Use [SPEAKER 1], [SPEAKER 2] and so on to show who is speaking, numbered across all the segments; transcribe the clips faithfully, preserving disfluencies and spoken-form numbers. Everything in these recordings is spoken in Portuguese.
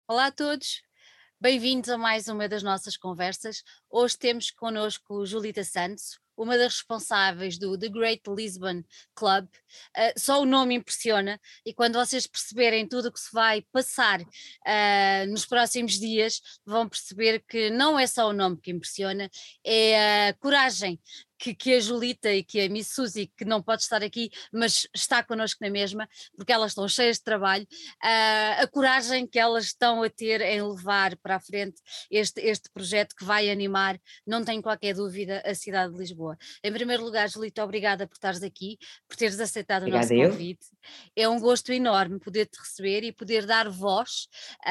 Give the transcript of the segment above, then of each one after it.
[SPEAKER 1] Olá a todos, bem-vindos a mais uma das nossas conversas. Hoje temos connosco Julita Santos, uma das responsáveis do The Great Lisbon Club. Uh, só o nome impressiona e quando vocês perceberem tudo o que se vai passar uh, nos próximos dias, vão perceber que não é só o nome que impressiona, é a coragem que, que a Julita e que a Miss Suzy, que não pode estar aqui, mas está connosco na mesma, porque elas estão cheias de trabalho, uh, a coragem que elas estão a ter em levar para a frente este, este projeto que vai animar, não tenho qualquer dúvida, a cidade de Lisboa. Em primeiro lugar, Julita, obrigada por estares aqui, por teres aceitado o nosso
[SPEAKER 2] Obrigada eu.
[SPEAKER 1] convite. É um gosto enorme poder-te receber e poder dar voz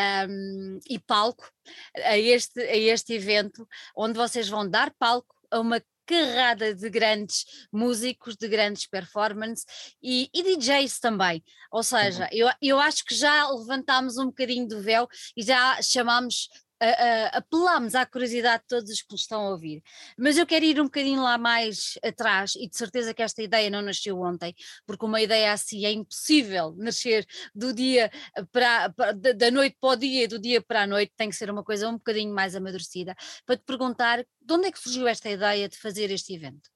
[SPEAKER 1] um, e palco a este, a este evento, onde vocês vão dar palco a uma carrada de grandes músicos, de grandes performances e, e D Js também, ou seja, eu, eu acho que já levantámos um bocadinho do véu e já chamámos, uh, uh, apelámos à curiosidade de todos os que nos estão a ouvir, mas eu quero ir um bocadinho lá mais atrás e de certeza que esta ideia não nasceu ontem, porque uma ideia assim é impossível nascer do dia para, para da noite para o dia e do dia para a noite, tem que ser uma coisa um bocadinho mais amadurecida, para te perguntar de onde é que surgiu esta ideia de fazer este evento?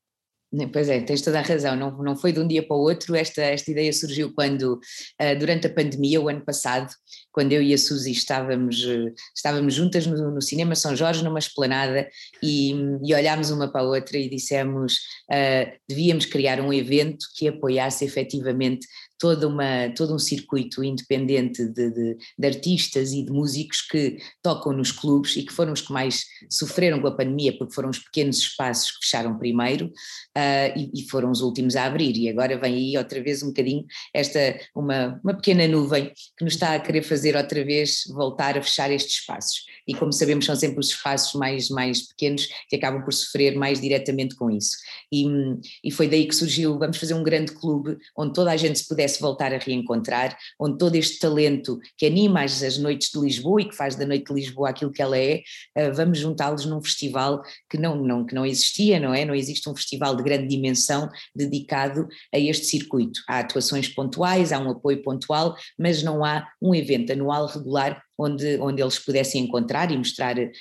[SPEAKER 2] Pois é, tens toda a razão, não, não foi de um dia para o outro, esta, esta ideia surgiu quando, uh, durante a pandemia, o ano passado, quando eu e a Suzy estávamos, uh, estávamos juntas no, no cinema São Jorge, numa esplanada, e, e olhámos uma para a outra e dissemos, uh, devíamos criar um evento que apoiasse efetivamente toda uma, todo um circuito independente de, de, de artistas e de músicos que tocam nos clubes e que foram os que mais sofreram com a pandemia, porque foram os pequenos espaços que fecharam primeiro, uh, e, e foram os últimos a abrir, e agora vem aí outra vez um bocadinho esta, uma, uma pequena nuvem que nos está a querer fazer outra vez voltar a fechar estes espaços, e como sabemos são sempre os espaços mais, mais pequenos que acabam por sofrer mais diretamente com isso, e, e foi daí que surgiu, vamos fazer um grande clube onde toda a gente se pudesse voltar a reencontrar, onde todo este talento que anima as, as noites de Lisboa e que faz da noite de Lisboa aquilo que ela é, uh, vamos juntá-los num festival que não, não, que não existia, não é? Não existe um festival de grande dimensão dedicado a este circuito. Há atuações pontuais, há um apoio pontual, mas não há um evento anual regular onde, onde eles pudessem encontrar e mostrar uh,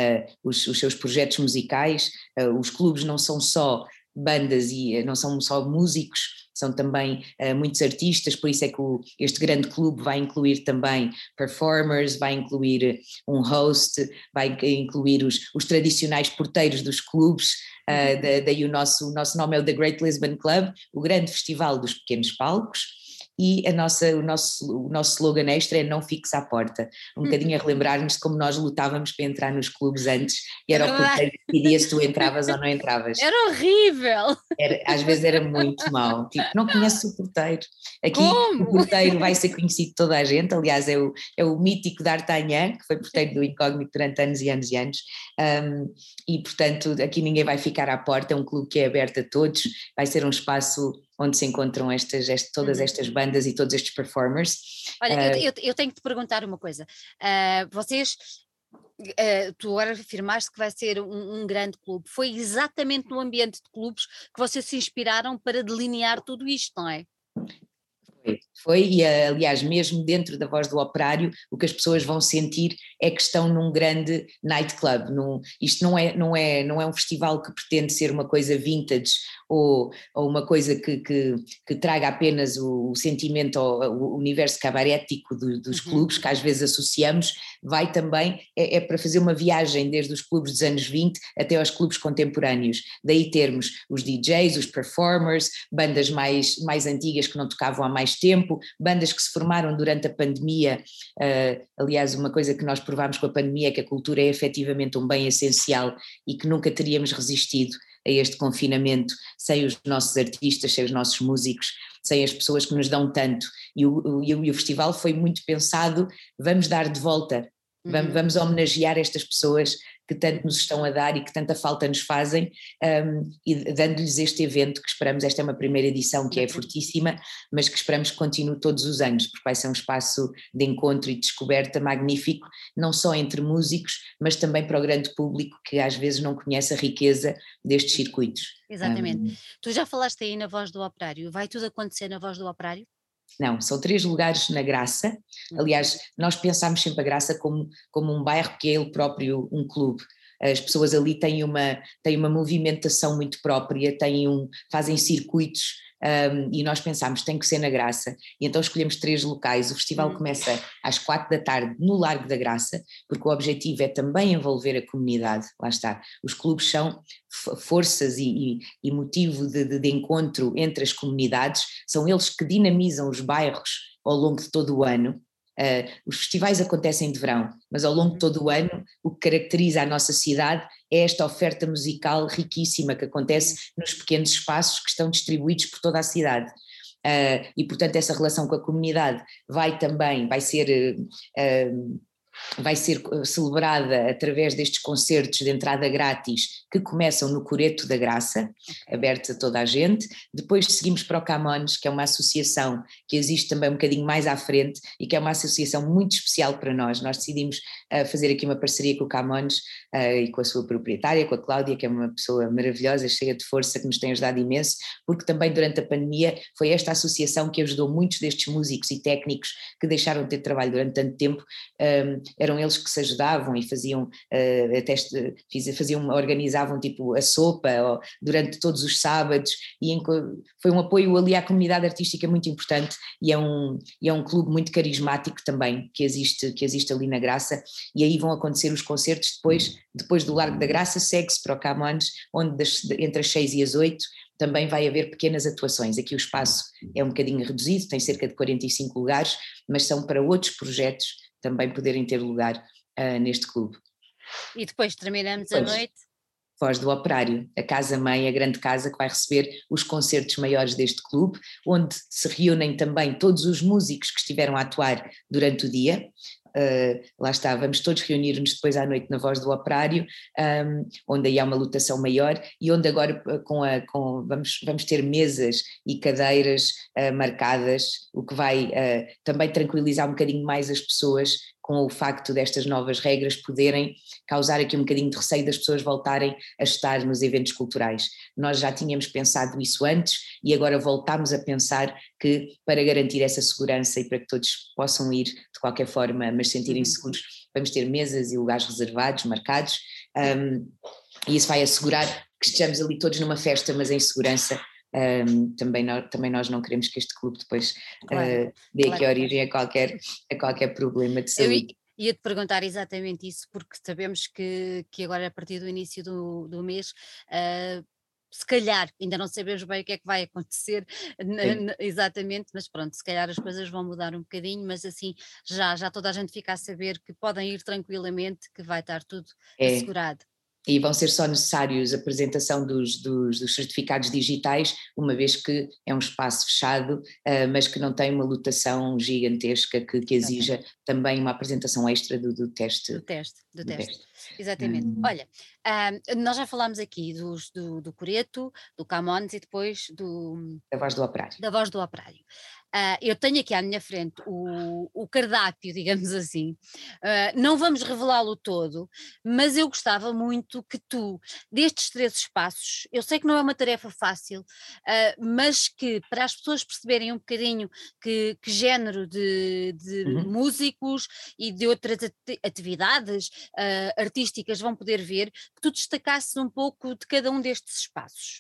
[SPEAKER 2] os, os seus projetos musicais. Uh, os clubes não são só bandas e não são só músicos, são também uh, muitos artistas, por isso é que o, este grande clube vai incluir também performers, vai incluir um host, vai incluir os, os tradicionais porteiros dos clubes, uh, da, daí o nosso, o nosso nome é o The Great Lisbon Club, o grande festival dos pequenos palcos. E a nossa, o, nosso, o nosso slogan extra é não fixe à porta, um bocadinho a relembrar-nos de como nós lutávamos para entrar nos clubes antes e
[SPEAKER 1] É
[SPEAKER 2] era o
[SPEAKER 1] verdade.
[SPEAKER 2] porteiro que decidia se tu entravas ou não entravas.
[SPEAKER 1] Era horrível!
[SPEAKER 2] Era, às vezes era muito mau, tipo, não conheces o porteiro. Aqui o
[SPEAKER 1] Como?
[SPEAKER 2] porteiro vai ser conhecido de toda a gente, aliás é o, é o mítico D'Artagnan, que foi porteiro do Incógnito durante anos e anos e anos, um, e portanto aqui ninguém vai ficar à porta, é um clube que é aberto a todos, vai ser um espaço onde se encontram estas, estas, todas
[SPEAKER 1] Uhum.
[SPEAKER 2] estas bandas e todos estes performers.
[SPEAKER 1] Olha, eu,
[SPEAKER 2] Uh,
[SPEAKER 1] eu, eu tenho que te perguntar uma coisa. Uh, vocês, uh, tu agora afirmaste que vai ser um, um grande clube. Foi exatamente no ambiente de clubes que vocês se inspiraram para delinear tudo isto, não é?
[SPEAKER 2] Foi, foi, e aliás, mesmo dentro da Voz do Operário, o que as pessoas vão sentir é que estão num grande nightclub. Num, isto não é, não, é, não é um festival que pretende ser uma coisa vintage ou, ou uma coisa que, que, que traga apenas o, o sentimento, ou o universo cabarético do, dos
[SPEAKER 1] Uhum.
[SPEAKER 2] clubes, que às vezes associamos, vai também, é, é para fazer uma viagem desde os clubes dos anos vinte até aos clubes contemporâneos. Daí termos os D Js, os performers, bandas mais, mais antigas que não tocavam há mais tempo, bandas que se formaram durante a pandemia. Uh, aliás, uma coisa que nós provámos com a pandemia é que a cultura é efetivamente um bem essencial e que nunca teríamos resistido a este confinamento sem os nossos artistas, sem os nossos músicos, sem as pessoas que nos dão tanto. E o, o, e o festival foi muito pensado, vamos dar de volta, vamos,
[SPEAKER 1] Uhum.
[SPEAKER 2] vamos homenagear estas pessoas que tanto nos estão a dar e que tanta falta nos fazem, um, e dando-lhes este evento que esperamos, esta é uma primeira edição que é fortíssima, mas que esperamos que continue todos os anos, porque vai ser um espaço de encontro e de descoberta magnífico, não só entre músicos, mas também para o grande público que às vezes não conhece a riqueza destes circuitos.
[SPEAKER 1] Exatamente.
[SPEAKER 2] Um,
[SPEAKER 1] Tu já falaste aí na Voz do Operário. Vai tudo acontecer na Voz do Operário?
[SPEAKER 2] Não, são três lugares na Graça. Aliás, nós pensámos sempre a Graça como, como um bairro que é ele próprio um clube. As pessoas ali têm uma, têm uma movimentação muito própria, têm um, fazem circuitos, um, e nós pensámos tem que ser na Graça, e então escolhemos três locais. O festival
[SPEAKER 1] Hum.
[SPEAKER 2] começa às quatro da tarde no Largo da Graça, porque o objetivo é também envolver a comunidade, lá está, os clubes são forças e, e, e motivo de, de, de encontro entre as comunidades, são eles que dinamizam os bairros ao longo de todo o ano. Uh, os festivais acontecem de verão, mas ao longo de todo o ano o que caracteriza a nossa cidade é esta oferta musical riquíssima que acontece nos pequenos espaços que estão distribuídos por toda a cidade. Uh, e portanto essa relação com a comunidade vai também, vai ser... Uh, uh, vai ser celebrada através destes concertos de entrada grátis que começam no Coreto da Graça, okay, abertos a toda a gente. Depois seguimos para o Camões, que é uma associação que existe também um bocadinho mais à frente e que é uma associação muito especial para nós. Nós decidimos uh, fazer aqui uma parceria com o Camões uh, e com a sua proprietária, com a Cláudia, que é uma pessoa maravilhosa, cheia de força, que nos tem ajudado imenso, porque também durante a pandemia foi esta associação que ajudou muitos destes músicos e técnicos que deixaram de ter trabalho durante tanto tempo. Um, eram eles que se ajudavam e faziam, uh, até, faziam, organizavam tipo a sopa ou, durante todos os sábados, e em, foi um apoio ali à comunidade artística muito importante, e é um, e é um clube muito carismático também que existe, que existe ali na Graça, e aí vão acontecer os concertos. Depois, depois do Largo da Graça segue-se para o Camões, onde das, entre as seis e as oito também vai haver pequenas atuações. Aqui o espaço é um bocadinho reduzido, tem cerca de quarenta e cinco lugares, mas são para outros projetos também poderem ter lugar uh, neste clube.
[SPEAKER 1] E depois terminamos
[SPEAKER 2] depois,
[SPEAKER 1] a noite?
[SPEAKER 2] Foz do Operário, a casa-mãe, a grande casa que vai receber os concertos maiores deste clube, onde se reúnem também todos os músicos que estiveram a atuar durante o dia. Uh, lá está, vamos todos reunir-nos depois à noite na Voz do Operário, um, onde aí há uma lotação maior, e onde agora com a, com, vamos, vamos ter mesas e cadeiras uh, marcadas, o que vai uh, também tranquilizar um bocadinho mais as pessoas, com o facto destas novas regras poderem causar aqui um bocadinho de receio das pessoas voltarem a estar nos eventos culturais. Nós já tínhamos pensado isso antes e agora voltámos a pensar que, para garantir essa segurança e para que todos possam ir de qualquer forma, mas sentirem-se
[SPEAKER 1] uhum.
[SPEAKER 2] seguros, vamos ter mesas e lugares reservados, marcados, um, e isso vai assegurar que estejamos ali todos numa festa, mas em segurança. Um, também, nós, também nós não queremos que este clube depois
[SPEAKER 1] claro,
[SPEAKER 2] uh, dê
[SPEAKER 1] claro.
[SPEAKER 2] aqui origem a qualquer, a qualquer problema de saúde.
[SPEAKER 1] Eu ia-te perguntar exatamente isso, porque sabemos que, que agora a partir do início do, do mês, uh, se calhar, ainda não sabemos bem o que é que vai acontecer na, na, exatamente, mas pronto, se calhar as coisas vão mudar um bocadinho, mas assim já, já toda a gente fica a saber que podem ir tranquilamente, que vai estar tudo
[SPEAKER 2] é.
[SPEAKER 1] assegurado.
[SPEAKER 2] E vão ser só necessários a apresentação dos, dos, dos certificados digitais, uma vez que é um espaço fechado, uh, mas que não tem uma lotação gigantesca que, que exija também uma apresentação extra do, do teste.
[SPEAKER 1] Do teste, do, do teste. teste. Exatamente.
[SPEAKER 2] Hum.
[SPEAKER 1] Olha, um, nós já falámos aqui dos, do, do Coreto, do Camões e depois do...
[SPEAKER 2] Da Voz do Operário.
[SPEAKER 1] Da Voz do Operário. Uh, eu tenho aqui à minha frente o, o cardápio, digamos assim. Uh, não vamos revelá-lo todo, mas eu gostava muito que tu, destes três espaços, eu sei que não é uma tarefa fácil, uh, mas que para as pessoas perceberem um bocadinho que, que género de, de uhum. músicos e de outras atividades uh, artísticas vão poder ver, que tu destacasses um pouco de cada um destes espaços.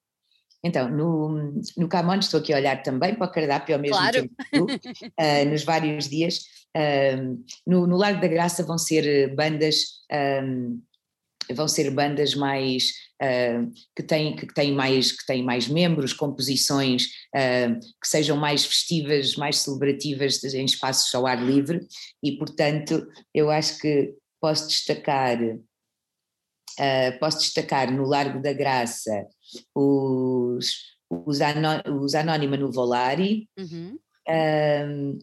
[SPEAKER 2] Então, no, no Camões, estou aqui a olhar também para o cardápio ao mesmo
[SPEAKER 1] claro.
[SPEAKER 2] tempo que tu, uh, nos vários dias. Uh, no, no Largo da Graça vão ser bandas, um, vão ser bandas mais, uh, que, têm, que, têm mais, que têm mais membros, composições uh, que sejam mais festivas, mais celebrativas em espaços ao ar livre, e portanto eu acho que posso destacar, uh, posso destacar no Largo da Graça os, os, anó, os Anónima no Volari,
[SPEAKER 1] uhum.
[SPEAKER 2] um,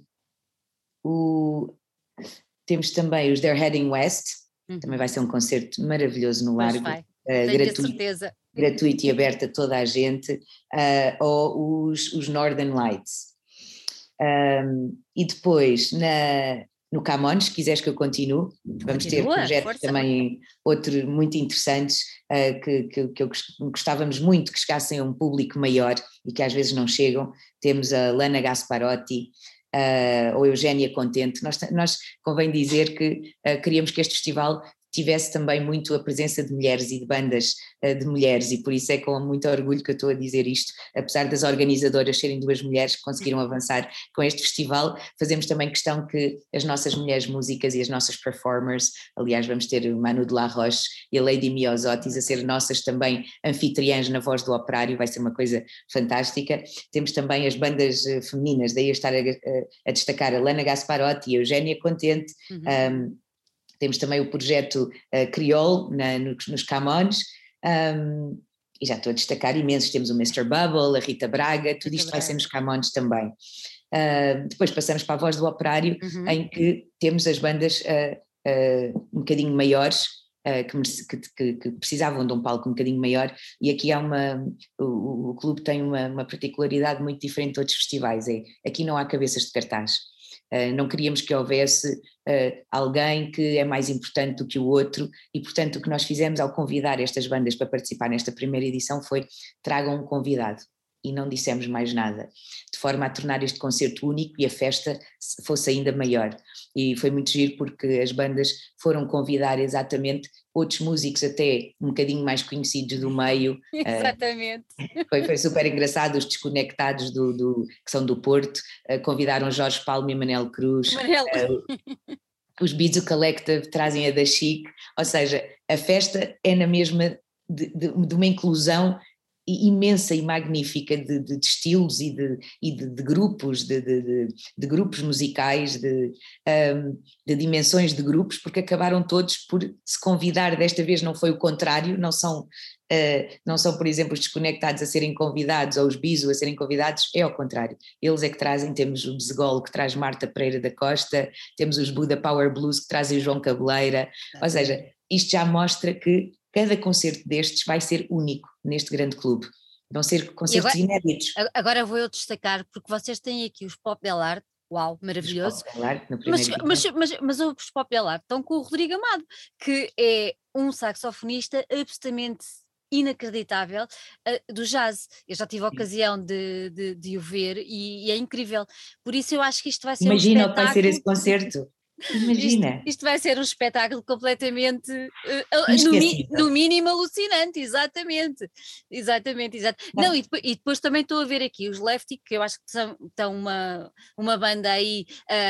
[SPEAKER 2] o, temos também os They're Heading West, uhum. também vai ser um concerto maravilhoso no Largo, uh, gratuito,
[SPEAKER 1] certeza.
[SPEAKER 2] gratuito e aberto a toda a gente, uh, ou os, os Northern Lights. Um, e depois na, no Camões, se quiseres que eu continue, vamos
[SPEAKER 1] Continua,
[SPEAKER 2] ter projetos
[SPEAKER 1] força.
[SPEAKER 2] também, outros muito interessantes, uh, que, que, que eu gostávamos muito que chegassem a um público maior e que às vezes não chegam. Temos a Lana Gasparotti, uh, ou Eugénia Contente. Nós, nós convém dizer que uh, queríamos que este festival tivesse também muito a presença de mulheres e de bandas uh, de mulheres, e por isso é com muito orgulho que eu estou a dizer isto, apesar das organizadoras serem duas mulheres que conseguiram avançar com este festival, fazemos também questão que as nossas mulheres músicas e as nossas performers, aliás vamos ter o Manu de la Roche e a Lady Miosotis a ser nossas também anfitriãs na Voz do Operário, vai ser uma coisa fantástica. Temos também as bandas uh, femininas, daí eu estar a, a, a destacar a Lana Gasparotti e a Eugénia Contente. Uhum. Um, Temos também o projeto uh, Criol na, nos, nos Camões, um, e já estou a destacar imensos, temos o mister Bubble, a Rita Braga, tudo isto vai ser nos Camões também. Uh, depois passamos para a Voz do Operário, uhum. em que temos as bandas uh, uh, um bocadinho maiores, uh, que, que, que precisavam de um palco um bocadinho maior, e aqui há uma, o, o clube tem uma, uma particularidade muito diferente de outros festivais, é, aqui não há cabeças de cartaz. Uh, não queríamos que houvesse uh, alguém que é mais importante do que o outro, e portanto o que nós fizemos ao convidar estas bandas para participar nesta primeira edição foi: tragam um convidado, e não dissemos mais nada, de forma a tornar este concerto único e a festa fosse ainda maior. E foi muito giro porque as bandas foram convidar exatamente outros músicos até um bocadinho mais conhecidos do meio.
[SPEAKER 1] Exatamente.
[SPEAKER 2] Uh, foi, foi super engraçado, os Desconectados do, do, que são do Porto, uh, convidaram Jorge Palma e Manel Cruz.
[SPEAKER 1] Manel.
[SPEAKER 2] Uh, os Bizu Collective trazem a da Chic, ou seja, a festa é na mesma de, de, de uma inclusão imensa e magnífica de, de, de estilos e de, e de, de grupos, de, de, de grupos musicais, de, um, de dimensões de grupos, porque acabaram todos por se convidar. Desta vez não foi o contrário, não são, uh, não são por exemplo os Desconectados a serem convidados ou os Bizu a serem convidados, é ao contrário, eles é que trazem. Temos o Bezegol que traz Marta Pereira da Costa, temos os Buda Power Blues que trazem o João Cabeleira, ou seja, isto já mostra que cada concerto destes vai ser único neste grande clube. Vão ser concertos
[SPEAKER 1] agora,
[SPEAKER 2] inéditos.
[SPEAKER 1] Agora vou eu destacar, porque vocês têm aqui os Pop Del Arte, uau, maravilhoso.
[SPEAKER 2] Os Pop Del Arte,
[SPEAKER 1] mas, mas, mas, mas os Pop Del Arte estão com o Rodrigo Amado, que é um saxofonista absolutamente inacreditável uh, do jazz. Eu já tive a ocasião de, de, de o ver e, e é incrível. Por isso eu acho que isto vai ser
[SPEAKER 2] Imagina
[SPEAKER 1] um espetáculo.
[SPEAKER 2] Imagina o que vai ser esse concerto. Imagina.
[SPEAKER 1] Isto, isto vai ser um espetáculo completamente, uh, no, mi, no mínimo alucinante, exatamente, exatamente, exato. Não, não e, depois, e depois também estou a ver aqui os Lefty, que eu acho que são, estão uma, uma banda aí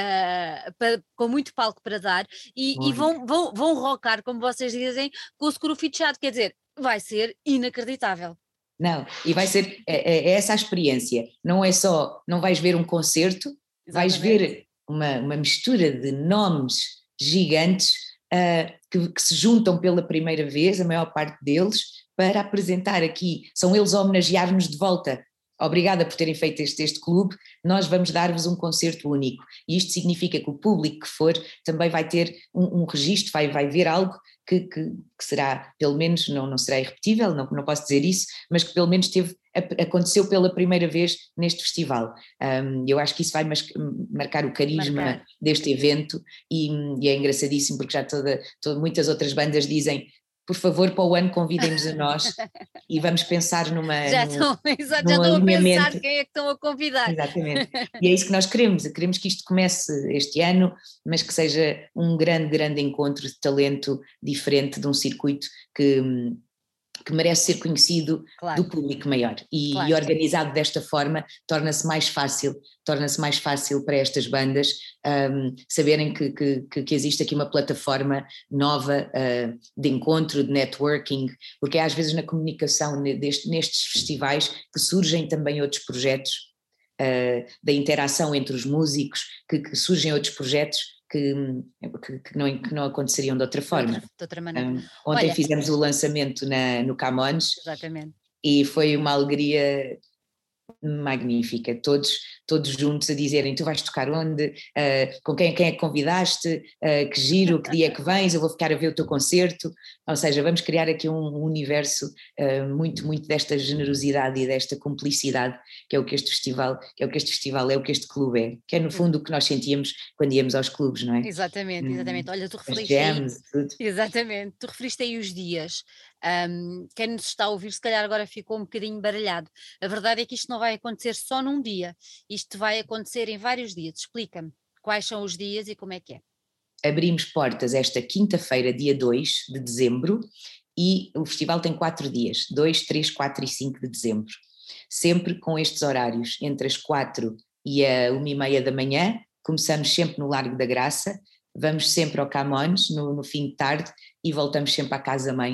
[SPEAKER 1] uh, para, com muito palco para dar, e, e vão, vão, vão rockar, como vocês dizem, com o Screw Fichado, quer dizer, vai ser inacreditável.
[SPEAKER 2] Não, e vai ser, é, é essa a experiência, não é só, não vais ver um concerto, exatamente. Vais ver Uma, uma mistura de nomes gigantes uh, que, que se juntam pela primeira vez, a maior parte deles, para apresentar aqui, são eles a homenagear-nos de volta. Obrigada por terem feito este, este clube, nós vamos dar-vos um concerto único, e isto significa que o público que for também vai ter um, um registro, vai, vai ver algo que, que, que será, pelo menos, não, não será irrepetível, não, não posso dizer isso, mas que pelo menos teve, aconteceu pela primeira vez neste festival. Um, eu acho que isso vai mas, marcar o carisma marcar. deste evento, e, e é engraçadíssimo porque já toda, toda, muitas outras bandas dizem: por favor, para o ano convidem-nos a nós e vamos pensar numa
[SPEAKER 1] já
[SPEAKER 2] num,
[SPEAKER 1] estão, exato,
[SPEAKER 2] num
[SPEAKER 1] já estão a
[SPEAKER 2] alinhamento.
[SPEAKER 1] pensar quem é que estão a convidar.
[SPEAKER 2] Exatamente, e é isso que nós queremos, queremos que isto comece este ano, mas que seja um grande, grande encontro de talento diferente, de um circuito que, que merece ser conhecido, claro, do público maior, e, claro, e organizado desta forma torna-se mais fácil, torna-se mais fácil para estas bandas um, saberem que, que, que existe aqui uma plataforma nova uh, de encontro, de networking, porque é às vezes na comunicação deste, nestes festivais que surgem também outros projetos, uh, da interação entre os músicos, que, que surgem outros projetos Que, que, que, não, que não aconteceriam de outra forma.
[SPEAKER 1] De outra, de outra maneira.
[SPEAKER 2] Um, ontem
[SPEAKER 1] Olha,
[SPEAKER 2] fizemos o lançamento na, no Camões.
[SPEAKER 1] Exatamente.
[SPEAKER 2] E foi uma alegria magnífica, todos, todos juntos a dizerem, tu vais tocar onde, uh, com quem, quem é que convidaste, uh, que giro, que dia é que vens, eu vou ficar a ver o teu concerto, ou seja, vamos criar aqui um, um universo uh, muito, muito desta generosidade e desta cumplicidade, que é o que este festival, que é o que este festival é, o que este clube é, que é no fundo o que nós sentíamos quando íamos aos clubes, não é?
[SPEAKER 1] Exatamente,
[SPEAKER 2] Hum,
[SPEAKER 1] exatamente. Olha, tu
[SPEAKER 2] as
[SPEAKER 1] referiste aí,
[SPEAKER 2] jams, tudo.
[SPEAKER 1] exatamente, tu referiste aí os dias. Um, quem nos está a ouvir, se calhar agora ficou um bocadinho baralhado. A verdade é que isto não vai acontecer só num dia, isto vai acontecer em vários dias. Explica-me quais são os dias e como é que é.
[SPEAKER 2] Abrimos portas esta quinta-feira, dia dois de dezembro, e o festival tem quatro dias, dois, três, quatro e cinco de dezembro. Sempre com estes horários, entre as quatro e a uma e meia da manhã, começamos sempre no Largo da Graça, vamos sempre ao Camões no, no fim de tarde e voltamos sempre à Casa-Mãe,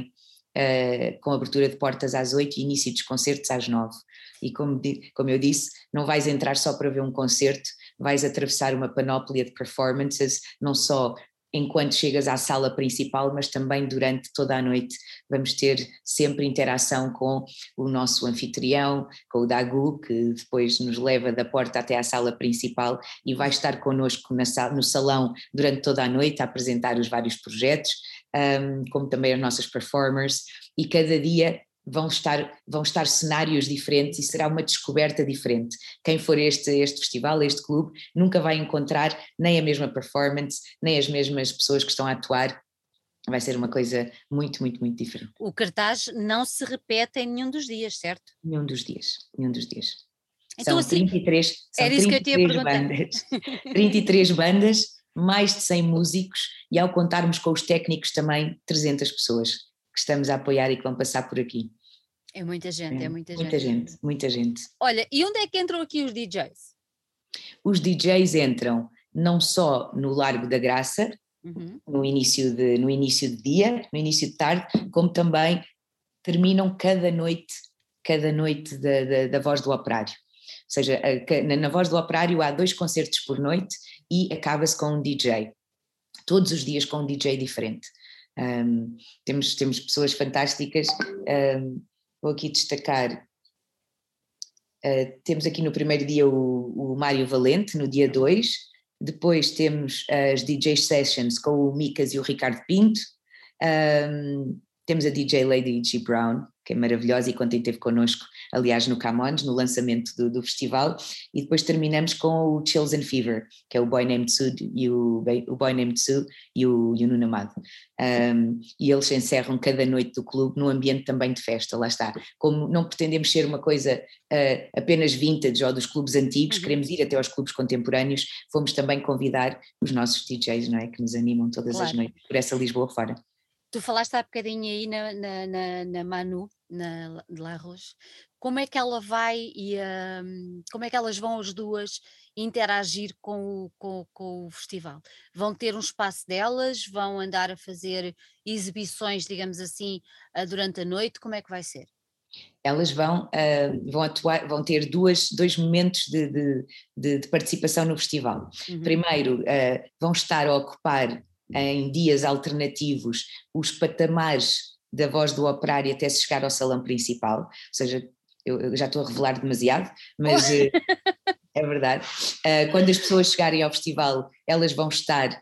[SPEAKER 2] uh, com abertura de portas às oito e início dos concertos às nove. E como, como eu disse, não vais entrar só para ver um concerto, vais atravessar uma panóplia de performances, não só enquanto chegas à sala principal, mas também durante toda a noite. Vamos ter sempre interação com o nosso anfitrião, com o Dagu, que depois nos leva da porta até à sala principal e vai estar connosco na sala, no salão durante toda a noite a apresentar os vários projetos, um, como também as nossas performers, e cada dia vão estar, vão estar cenários diferentes e será uma descoberta diferente. Quem for este, este festival, este clube, nunca vai encontrar nem a mesma performance, nem as mesmas pessoas que estão a atuar. Vai ser uma coisa muito, muito, muito diferente.
[SPEAKER 1] O cartaz não se repete em nenhum dos dias, certo?
[SPEAKER 2] Nenhum dos dias, nenhum dos dias.
[SPEAKER 1] Então,
[SPEAKER 2] São
[SPEAKER 1] assim,
[SPEAKER 2] trinta e três, são
[SPEAKER 1] era isso que eu te ia
[SPEAKER 2] trinta e três
[SPEAKER 1] perguntar.
[SPEAKER 2] bandas, trinta e três bandas, mais de cem músicos e ao contarmos com os técnicos também trezentas pessoas que estamos a apoiar e que vão passar por aqui.
[SPEAKER 1] É muita gente, é, é muita,
[SPEAKER 2] muita
[SPEAKER 1] gente.
[SPEAKER 2] gente, muita gente.
[SPEAKER 1] Olha, e onde é que entram aqui os D Js?
[SPEAKER 2] Os D Js entram não só no Largo da Graça,
[SPEAKER 1] uhum.
[SPEAKER 2] no, início de, no início de dia, no início de tarde, como também terminam cada noite, cada noite da, da, da Voz do Operário. Ou seja, a, na, na Voz do Operário há dois concertos por noite e acaba-se com um D J. Todos os dias com um D J diferente. Um, temos, temos pessoas fantásticas. Um, vou aqui destacar. Uh, temos aqui no primeiro dia o, o Mário Valente, no dia dois. Depois temos as D J Sessions com o Micas e o Ricardo Pinto. Um, temos a D J Lady G Brown, que é maravilhosa e que ontem esteve connosco, aliás, no Camões, no lançamento do, do festival. E depois terminamos com o Chills and Fever, que é o Boy Named Sue e o, o Boy Named Sue e o, e o Nuno Amado. Um, e eles encerram cada noite do clube num ambiente também de festa, lá está. Como não pretendemos ser uma coisa uh, apenas vintage ou dos clubes antigos, uhum. Queremos ir até aos clubes contemporâneos, fomos também convidar os nossos D Js, não é? Que nos animam todas claro. As noites por essa Lisboa fora.
[SPEAKER 1] Tu falaste há bocadinho aí na, na, na, na Manu, na La Roche, como é que ela vai e um, como é que elas vão as duas interagir com o, com, com o festival? Vão ter um espaço delas, vão andar a fazer exibições, digamos assim, uh, durante a noite, como é que vai ser?
[SPEAKER 2] Elas vão, uh, vão, atuar, vão ter duas, dois momentos de, de, de, de participação no festival. Uhum. Primeiro, uh, vão estar a ocupar em dias alternativos os patamares da Voz do Operário até se chegar ao salão principal, ou seja, eu, eu já estou a revelar demasiado, mas oh. é verdade. Uh, quando as pessoas chegarem ao festival, elas vão estar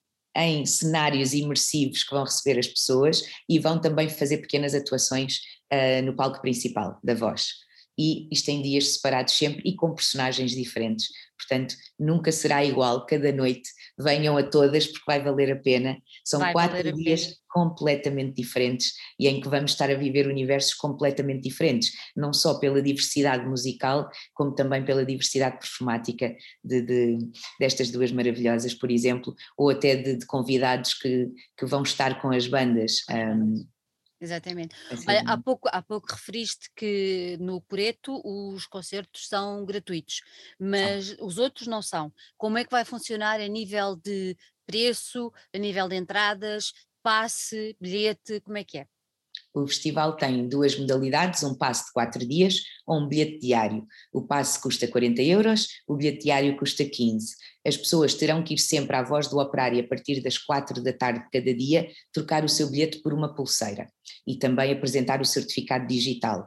[SPEAKER 2] em cenários imersivos que vão receber as pessoas e vão também fazer pequenas atuações uh, no palco principal da Voz. E isto em dias separados sempre e com personagens diferentes. Portanto, nunca será igual, cada noite venham a todas porque vai valer a pena. São vai quatro dias pena. Completamente diferentes e em que vamos estar a viver universos completamente diferentes, não só pela diversidade musical, como também pela diversidade performática de, de, destas duas maravilhosas, por exemplo, ou até de, de convidados que, que vão estar com as bandas. Um,
[SPEAKER 1] Exatamente. Olha, há pouco, há pouco referiste que no Coreto os concertos são gratuitos, mas ah. os outros não são. Como é que vai funcionar a nível de preço, a nível de entradas, passe, bilhete, como é que é?
[SPEAKER 2] O festival tem duas modalidades, um passe de quatro dias ou um bilhete diário. O passe custa quarenta euros, o bilhete diário custa quinze. As pessoas terão que ir sempre à Voz do Operário a partir das quatro da tarde de cada dia, trocar o seu bilhete por uma pulseira e também apresentar o certificado digital.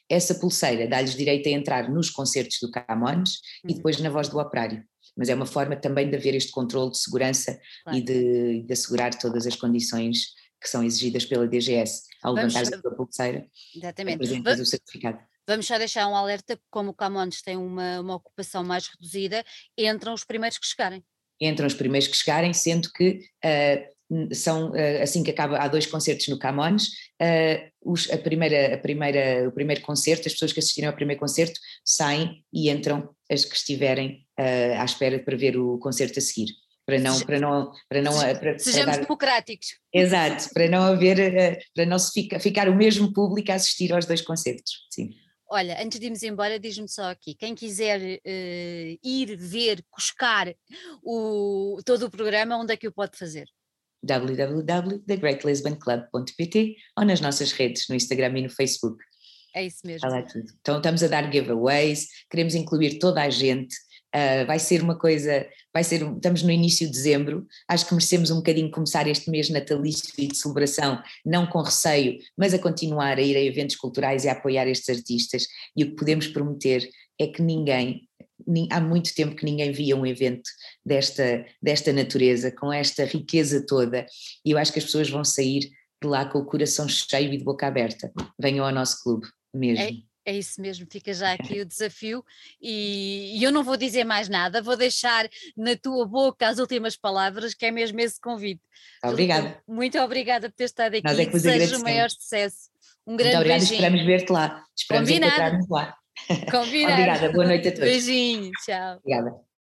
[SPEAKER 2] essa pulseira dá-lhes direito a entrar nos concertos do Camões
[SPEAKER 1] Uhum.
[SPEAKER 2] e depois na Voz do Operário. Mas é uma forma também de haver este controle de segurança, claro, e de, de assegurar todas as condições que são exigidas pela D G S. Ao levantares a tua pulseira, apresentas o certificado.
[SPEAKER 1] Vamos só deixar um alerta, como o Camões tem uma, uma ocupação mais reduzida, entram os primeiros que chegarem.
[SPEAKER 2] Entram os primeiros que chegarem, sendo que uh, são, uh, assim que acaba, há dois concertos no Camões, uh, os, a primeira, a primeira, o primeiro concerto, as pessoas que assistiram ao primeiro concerto saem e entram as que estiverem uh, à espera para ver o concerto a seguir. Para não, para não, para não, para,
[SPEAKER 1] Sejamos
[SPEAKER 2] para dar,
[SPEAKER 1] democráticos.
[SPEAKER 2] Exato, para não haver, para não se fica, ficar o mesmo público a assistir aos dois concertos, sim.
[SPEAKER 1] Olha, antes de irmos embora, diz-me só aqui, quem quiser uh, ir ver, cuscar o, todo o programa, onde é que o pode fazer?
[SPEAKER 2] w w w ponto the great lisbon club ponto p t ou nas nossas redes, no Instagram e no Facebook.
[SPEAKER 1] É isso mesmo.
[SPEAKER 2] Lá tudo. Então estamos a dar giveaways, queremos incluir toda a gente. Uh, vai ser uma coisa, vai ser, estamos no início de dezembro, acho que merecemos um bocadinho começar este mês natalício e de celebração, não com receio, mas a continuar a ir a eventos culturais e a apoiar estes artistas, e o que podemos prometer é que ninguém, há muito tempo que ninguém via um evento desta, desta natureza, com esta riqueza toda, e eu acho que as pessoas vão sair de lá com o coração cheio e de boca aberta. Venham ao nosso clube, mesmo.
[SPEAKER 1] É. É isso mesmo, fica já aqui o desafio e, e eu não vou dizer mais nada, vou deixar na tua boca as últimas palavras, que é mesmo esse convite.
[SPEAKER 2] Obrigada.
[SPEAKER 1] Filipe, muito obrigada por ter estado aqui,
[SPEAKER 2] Nós é que vos
[SPEAKER 1] desejo o maior sucesso. Um grande
[SPEAKER 2] muito obrigada,
[SPEAKER 1] beijinho.
[SPEAKER 2] Esperamos ver-te lá, esperamos encontrar-nos lá.
[SPEAKER 1] Combinado.
[SPEAKER 2] Obrigada, boa noite a todos.
[SPEAKER 1] Beijinho, tchau.
[SPEAKER 2] Obrigada.